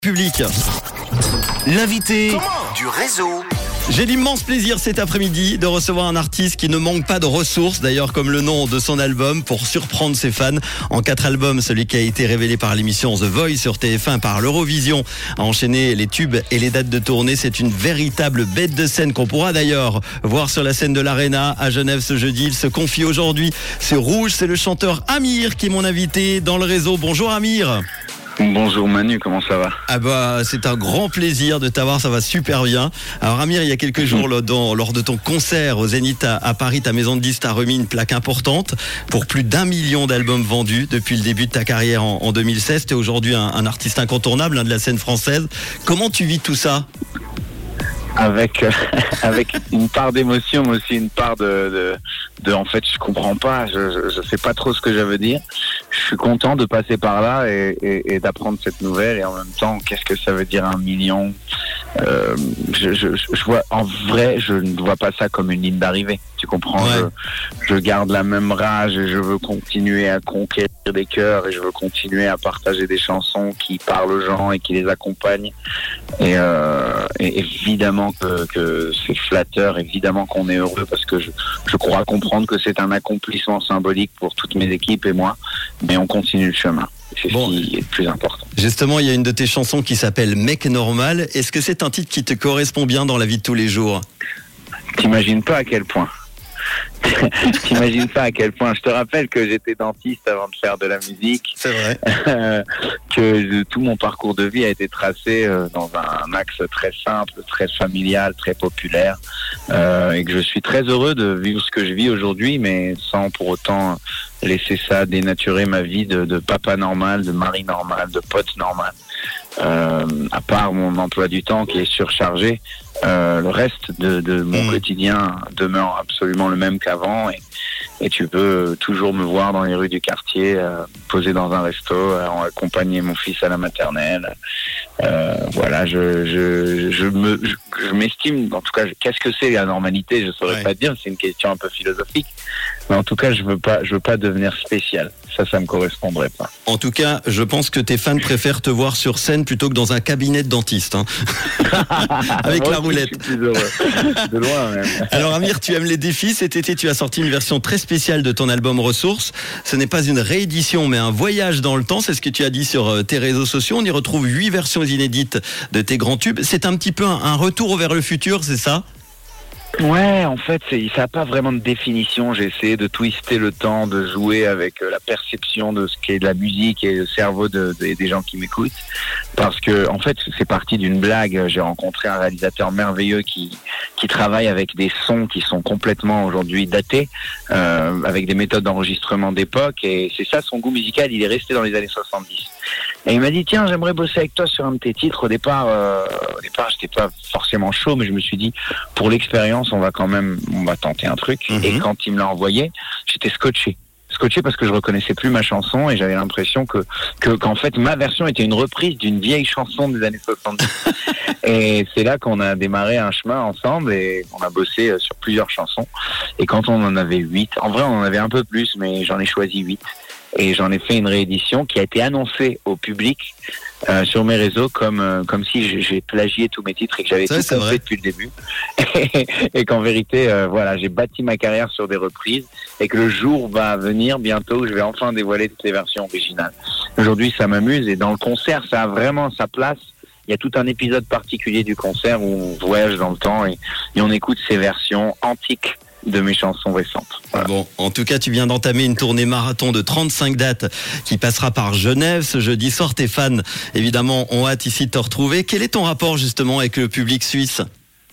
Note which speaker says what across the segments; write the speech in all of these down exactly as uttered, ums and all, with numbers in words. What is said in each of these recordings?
Speaker 1: Public. L'invité
Speaker 2: du réseau.
Speaker 1: J'ai l'immense plaisir cet après-midi de recevoir un artiste qui ne manque pas de ressources, d'ailleurs comme le nom de son album, pour surprendre ses fans. En quatre albums, celui qui a été révélé par l'émission The Voice sur T F un par l'Eurovision a enchaîné les tubes et les dates de tournée. C'est une véritable bête de scène qu'on pourra d'ailleurs voir sur la scène de l'Arena à Genève ce jeudi. Il se confie aujourd'hui sur Rouge. C'est le chanteur Amir qui est mon invité dans le réseau. Bonjour Amir.
Speaker 3: Bonjour Manu, comment ça va?
Speaker 1: Ah bah c'est un grand plaisir de t'avoir, ça va super bien. Alors Amir, il y a quelques jours lors, dans, lors de ton concert au Zénith à, à Paris, ta maison de disques t'a remis une plaque importante pour plus d'un million d'albums vendus depuis le début de ta carrière en, en deux mille seize. T'es aujourd'hui un, un artiste incontournable hein, de la scène française. Comment tu vis tout ça?
Speaker 3: Avec euh, avec une part d'émotion, mais aussi une part de, de de en fait je comprends pas, je, je je sais pas trop ce que ça veut dire. Je suis content de passer par là et, et, et d'apprendre cette nouvelle, et en même temps qu'est-ce que ça veut dire un million? euh, je, je je vois en vrai, je ne vois pas ça comme une ligne d'arrivée. Tu comprends?
Speaker 1: Ouais.
Speaker 3: je, je garde la même rage et je veux continuer à conquérir des cœurs, et je veux continuer à partager des chansons qui parlent aux gens et qui les accompagnent. Et, euh, et évidemment que, que c'est flatteur, évidemment qu'on est heureux, parce que je, je crois comprendre que c'est un accomplissement symbolique pour toutes mes équipes et moi, mais on continue le chemin. C'est
Speaker 1: Bon.
Speaker 3: ce qui est le plus important.
Speaker 1: Justement, il y a une de tes chansons qui s'appelle Mec Normal. Est-ce que c'est un titre qui te correspond bien dans la vie de tous les jours?
Speaker 3: T'imagines pas à quel point. T'imagines pas à quel point. Je te rappelle que j'étais dentiste avant de faire de la musique.
Speaker 1: C'est vrai.
Speaker 3: Que tout mon parcours de vie a été tracé euh, dans un axe très simple, très familial, très populaire, euh, et que je suis très heureux de vivre ce que je vis aujourd'hui, mais sans pour autant laisser ça dénaturer ma vie de, de papa normal, de mari normal, de pote normal. Euh, à part mon emploi du temps qui est surchargé, euh, le reste de, de mon
Speaker 1: Mmh.
Speaker 3: quotidien demeure absolument le même qu'avant, et, et tu peux toujours me voir dans les rues du quartier, euh, posé dans un resto, euh, accompagner mon fils à la maternelle. Euh, voilà, je, je, je me, je, je m'estime, en tout cas, je- qu'est-ce que c'est la normalité? Je saurais
Speaker 1: Ouais.
Speaker 3: pas te dire, c'est une question un peu philosophique, mais en tout cas, je veux pas, je veux pas devenir spécial. Ça, ça me correspondrait pas.
Speaker 1: En tout cas, je pense que tes fans préfèrent te voir sur scène plutôt que dans un cabinet de dentiste. Hein. Avec
Speaker 3: Moi
Speaker 1: la
Speaker 3: aussi,
Speaker 1: roulette.
Speaker 3: Je suis plus heureux. De loin, même.
Speaker 1: Alors Amir, tu aimes les défis. Cet été, tu as sorti une version très spéciale de ton album Ressources. Ce n'est pas une réédition, mais un voyage dans le temps. C'est ce que tu as dit sur euh, tes réseaux sociaux. On y retrouve huit versions inédites de tes grands tubes. C'est un petit peu un, un retour vers le futur, c'est ça?
Speaker 3: Ouais, en fait, c'est, ça n'a pas vraiment de définition. J'ai essayé de twister le temps, de jouer avec euh, la perception de ce qu'est de la musique et le cerveau de, de- des gens qui m'écoutent. Parce que, en fait, c'est parti d'une blague. J'ai rencontré un réalisateur merveilleux qui, qui travaille avec des sons qui sont complètement aujourd'hui datés, euh, avec des méthodes d'enregistrement d'époque. Et c'est ça, son goût musical, il est resté dans les années soixante-dix. Et il m'a dit, tiens, j'aimerais bosser avec toi sur un de tes titres. Au départ, euh, au départ, j'étais pas forcément chaud, mais je me suis dit, pour l'expérience, on va quand même, on va tenter un truc.
Speaker 1: Mhm.
Speaker 3: Et quand il me l'a envoyé, j'étais scotché. Scotché parce que je reconnaissais plus ma chanson, et j'avais l'impression que, que, qu'en fait, ma version était une reprise d'une vieille chanson des années soixante-dix. Et c'est là qu'on a démarré un chemin ensemble, et on a bossé euh, sur plusieurs chansons. Et quand on en avait huit, en vrai, on en avait un peu plus, mais j'en ai choisi huit. Et j'en ai fait une réédition qui a été annoncée au public euh, sur mes réseaux comme euh, comme si j'ai- j'ai plagié tous mes titres et que j'avais
Speaker 1: Ça,
Speaker 3: tout
Speaker 1: c'est vrai.
Speaker 3: fait depuis le début. Et, et qu'en vérité, euh, voilà, j'ai bâti ma carrière sur des reprises, et que le jour va venir bientôt où je vais enfin dévoiler toutes les versions originales. Aujourd'hui, ça m'amuse, et dans le concert, ça a vraiment sa place. Il y a tout un épisode particulier du concert où on voyage dans le temps, et, et on écoute ces versions antiques de mes chansons récentes. Voilà.
Speaker 1: Bon, en tout cas, tu viens d'entamer une tournée marathon de trente-cinq dates qui passera par Genève ce jeudi soir. Tes fans, évidemment, ont hâte ici de te retrouver. Quel est ton rapport justement avec le public suisse?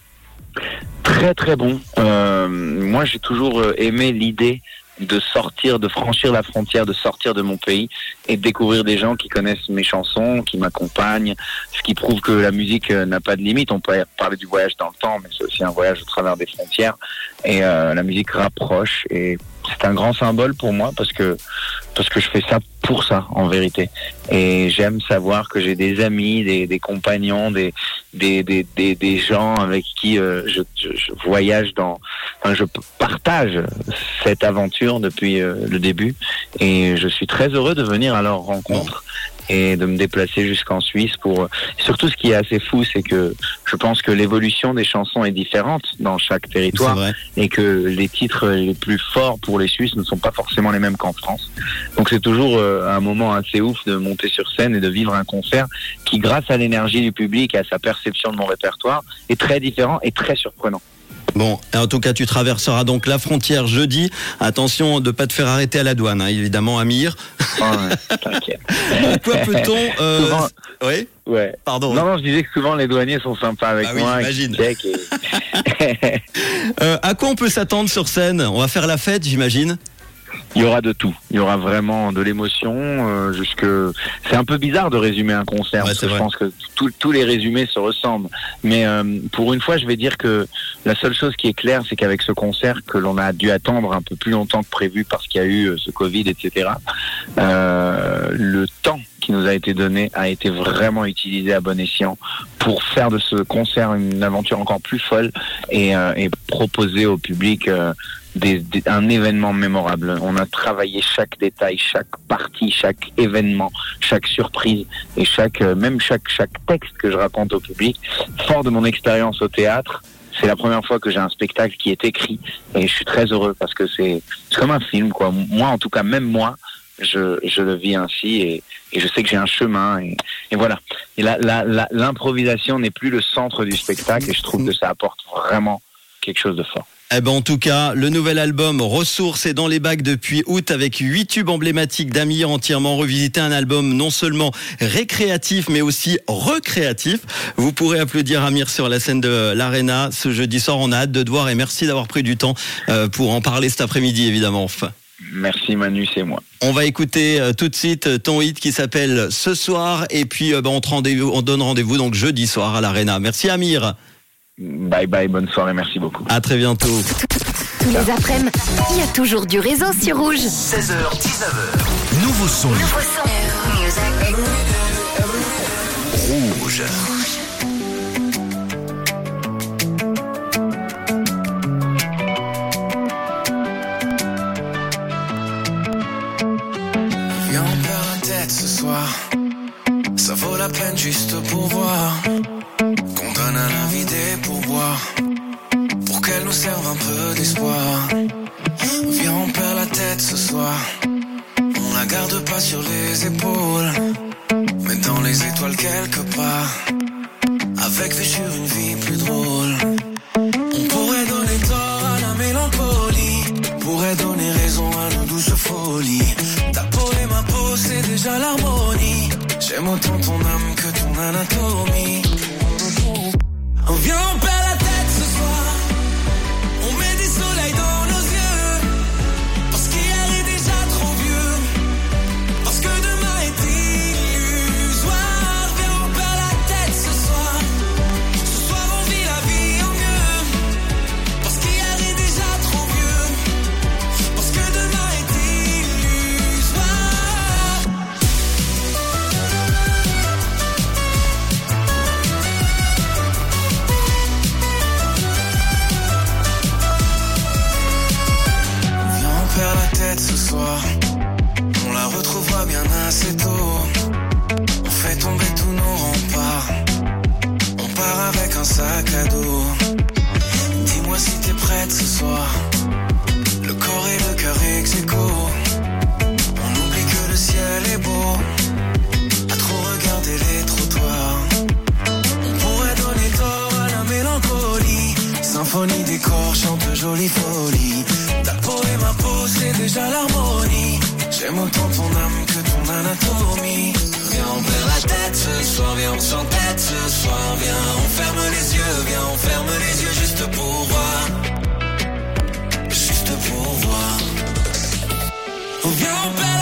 Speaker 3: Très très bon. Euh, moi, j'ai toujours euh, aimé l'idée de sortir, de franchir la frontière, de sortir de mon pays et de découvrir des gens qui connaissent mes chansons, qui m'accompagnent, ce qui prouve que la musique euh, n'a pas de limite. On peut parler du voyage dans le temps, mais c'est aussi un voyage au travers des frontières, et euh, la musique rapproche, et c'est un grand symbole pour moi parce que parce que je fais ça pour ça en vérité, et j'aime savoir que j'ai des amis, des, des compagnons, des des, des des des gens avec qui euh, je, je, je voyage dans, enfin, je partage cette aventure depuis euh, le début, et je suis très heureux de venir à leur rencontre. et de me déplacer jusqu'en Suisse pour. Surtout, ce qui est assez fou, c'est que je pense que l'évolution des chansons est différente dans chaque territoire et que les titres les plus forts pour les Suisses ne sont pas forcément les mêmes qu'en France. Donc c'est toujours euh, un moment assez ouf de monter sur scène et de vivre un concert qui, grâce à l'énergie du public et à sa perception de mon répertoire, est très différent et très surprenant.
Speaker 1: Bon, en tout cas, tu traverseras donc la frontière jeudi. Attention de ne pas te faire arrêter à la douane, hein, évidemment, Amir.
Speaker 3: Oh ouais, t'inquiète.
Speaker 1: À quoi peut-on... Euh...
Speaker 3: Souvent...
Speaker 1: Oui.
Speaker 3: Ouais.
Speaker 1: Pardon.
Speaker 3: Non, non, je disais que souvent les douaniers sont sympas avec
Speaker 1: ah oui,
Speaker 3: moi.
Speaker 1: J'imagine.
Speaker 3: Et...
Speaker 1: euh, à quoi on peut s'attendre sur scène ? On va faire la fête, j'imagine ?
Speaker 3: Il y aura de tout. Il y aura vraiment de l'émotion. Euh, jusque... C'est un peu bizarre de résumer un concert.
Speaker 1: Ouais,
Speaker 3: parce que
Speaker 1: vrai.
Speaker 3: Je pense que tous les résumés se ressemblent. Mais euh, pour une fois, je vais dire que la seule chose qui est claire, c'est qu'avec ce concert que l'on a dû attendre un peu plus longtemps que prévu parce qu'il y a eu ce Covid, et cetera, euh, le temps qui nous a été donné a été vraiment utilisé à bon escient pour faire de ce concert une aventure encore plus folle et, euh, et proposer au public euh, Des, des, un événement mémorable. On a travaillé chaque détail, chaque partie, chaque événement, chaque surprise et chaque euh, même chaque chaque texte que je raconte au public. Fort de mon expérience au théâtre, c'est la première fois que j'ai un spectacle qui est écrit et je suis très heureux parce que c'est c'est comme un film quoi. Moi en tout cas, même moi, je je le vis ainsi et, et je sais que j'ai un chemin et, et voilà. Et la, la, la, l'improvisation n'est plus le centre du spectacle et je trouve que ça apporte vraiment quelque chose de fort.
Speaker 1: Eh ben en tout cas, le nouvel album Ressources est dans les bacs depuis août avec huit tubes emblématiques d'Amir, entièrement revisité, un album non seulement récréatif mais aussi recréatif. Vous pourrez applaudir Amir sur la scène de l'Arena ce jeudi soir. On a hâte de te voir et merci d'avoir pris du temps pour en parler cet après-midi évidemment. Enfin.
Speaker 3: Merci Manu, c'est moi.
Speaker 1: On va écouter euh, tout de suite ton hit qui s'appelle Ce soir et puis euh, ben, on te rendez-vous, on donne rendez-vous donc jeudi soir à l'Arena. Merci Amir.
Speaker 3: Bye bye, bonne soirée, merci beaucoup.
Speaker 1: À très bientôt.
Speaker 2: Tous les après-midi, il y a toujours du réseau sur Rouge.
Speaker 4: seize heures dix-neuf heures. Nouveau son.
Speaker 2: Nouveau son.
Speaker 4: Rouge.
Speaker 5: Viens, on perd la tête ce soir. Ça vaut la peine juste pour voir. Qu'on donne à la vie des pourboires pour qu'elle nous serve un peu d'espoir. Viens, on perd la tête ce soir. On la garde pas sur les épaules, mais dans les étoiles quelque part, avec vue sur une vie plus drôle. On pourrait donner tort à la mélancolie, pourrait donner raison à nos douces folies. Ta peau et ma peau, c'est déjà l'harmonie. J'aime autant ton âme que ton anatomie. On vient, on perd la tête ce soir. On met des soleils dans nos yeux. Parce qu'hier est déjà trop vieux. Parce que demain est illusoire. Viens, on perd la tête ce soir. Ce soir on vit la vie en mieux. Parce qu'hier est déjà trop vieux. Parce que demain est illusoire. Ce soir, on la retrouvera bien assez tôt. On fait tomber tous nos remparts. On part avec un sac à dos. Dis-moi si t'es prête ce soir. Le corps et le cœur ex aequo. On oublie que le ciel est beau. À trop regarder les trottoirs. On pourrait donner tort à la mélancolie. Symphonie des corps chante jolie folie. Ta peau et ma peau, c'est déjà l'harmonie. J'aime autant ton âme que ton anatomie. Viens, on perd la tête ce soir. Viens, on s'entête ce soir. Viens, on ferme les yeux. Viens, on ferme les yeux juste pour voir. Juste pour voir. Viens, on perd